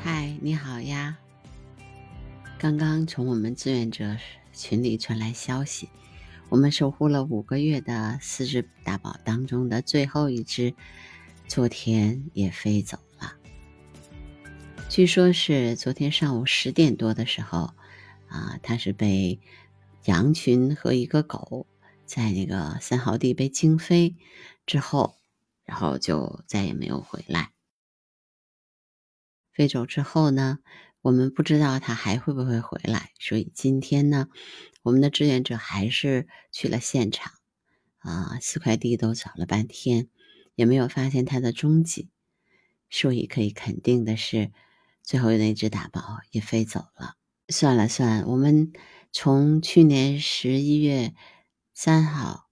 嗨，你好呀！刚刚从我们志愿者群里传来消息，我们守护了5个月的4只大宝当中的最后一只，昨天也飞走了。据说是昨天上午10点多的时候，它是被羊群和一个狗在那个3号地被惊飞之后，然后就再也没有回来。飞走之后呢，我们不知道他还会不会回来，所以今天呢，我们的志愿者还是去了现场，4块地都找了半天，也没有发现他的踪迹，所以可以肯定的是，最后那只大宝也飞走了。算了算，我们从去年11月3号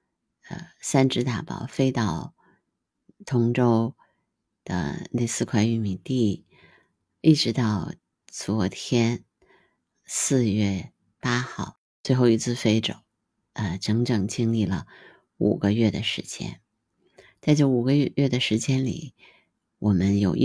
，3只大宝飞到通州的那4块玉米地，一直到昨天4月8号，最后一只飞走，整整经历了5个月的时间。在这5个月的时间里，我们有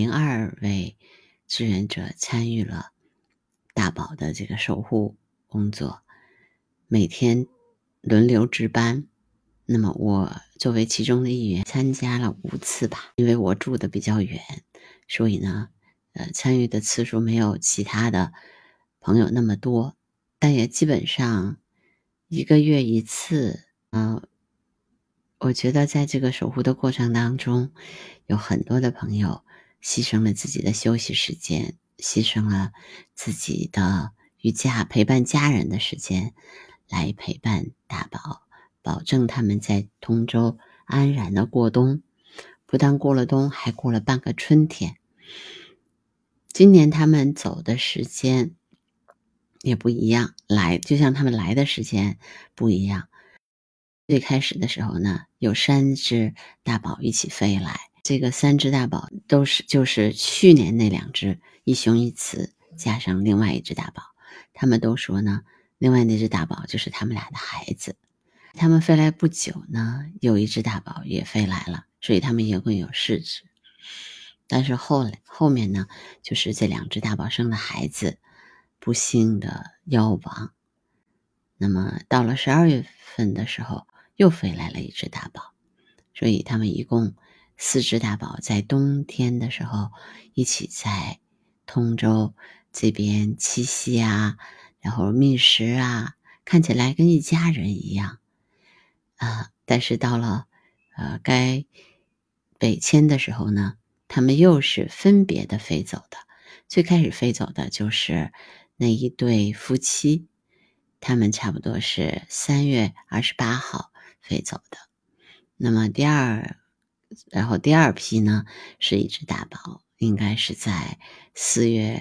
102位志愿者参与了大宝的这个守护工作，每天轮流值班。那么我作为其中的一员，参加了5次吧，因为我住的比较远，所以呢，参与的次数没有其他的朋友那么多，但也基本上1个月1次。我觉得在这个守护的过程当中，有很多的朋友牺牲了自己的休息时间，牺牲了自己的陪伴家人的时间，来陪伴大宝，保证他们在通州安然的过冬。不但过了冬，还过了半个春天。今年他们走的时间也不一样，就像他们来的时间不一样。最开始的时候呢，有3只大宝一起飞来，这个3只大宝就是去年那2只一雄一雌加上另外一只大宝，他们都说呢，另外那只大宝就是他们俩的孩子。他们飞来不久呢，有一只大宝也飞来了，所以他们一共有4只。但是后面呢，就是这2只大宝生的孩子不幸的夭亡。那么到了12月份的时候，又飞来了一只大宝，所以他们一共4只大宝在冬天的时候一起在通州这边栖息然后觅食看起来跟一家人一样但是到了该北迁的时候呢，他们又是分别的飞走的。最开始飞走的就是那一对夫妻，他们差不多是3月28号飞走的。那么第二批呢，是一只大宝，应该是在4月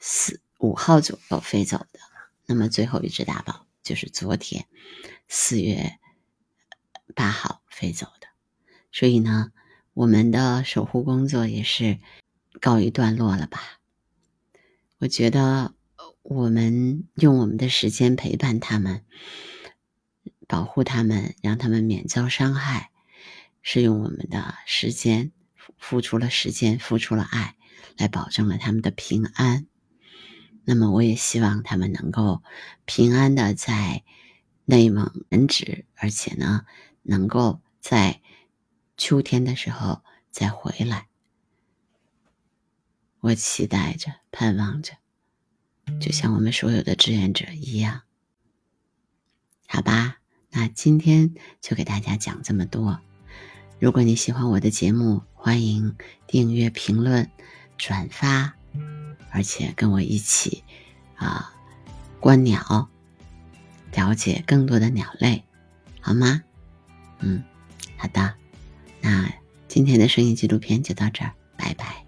5号左右飞走的。那么最后一只大宝就是昨天4月8号飞走的。所以呢，我们的守护工作也是告一段落了吧。我觉得我们用我们的时间陪伴他们，保护他们，让他们免遭伤害，是用我们的时间付出了时间，付出了爱，来保证了他们的平安。那么我也希望他们能够平安的在内蒙任职，而且呢，能够在秋天的时候再回来。我期待着，盼望着，就像我们所有的志愿者一样。好吧，那今天就给大家讲这么多。如果你喜欢我的节目，欢迎订阅、评论、转发，而且跟我一起观鸟，了解更多的鸟类，好吗？好的，那今天的声音纪录片就到这儿，拜拜。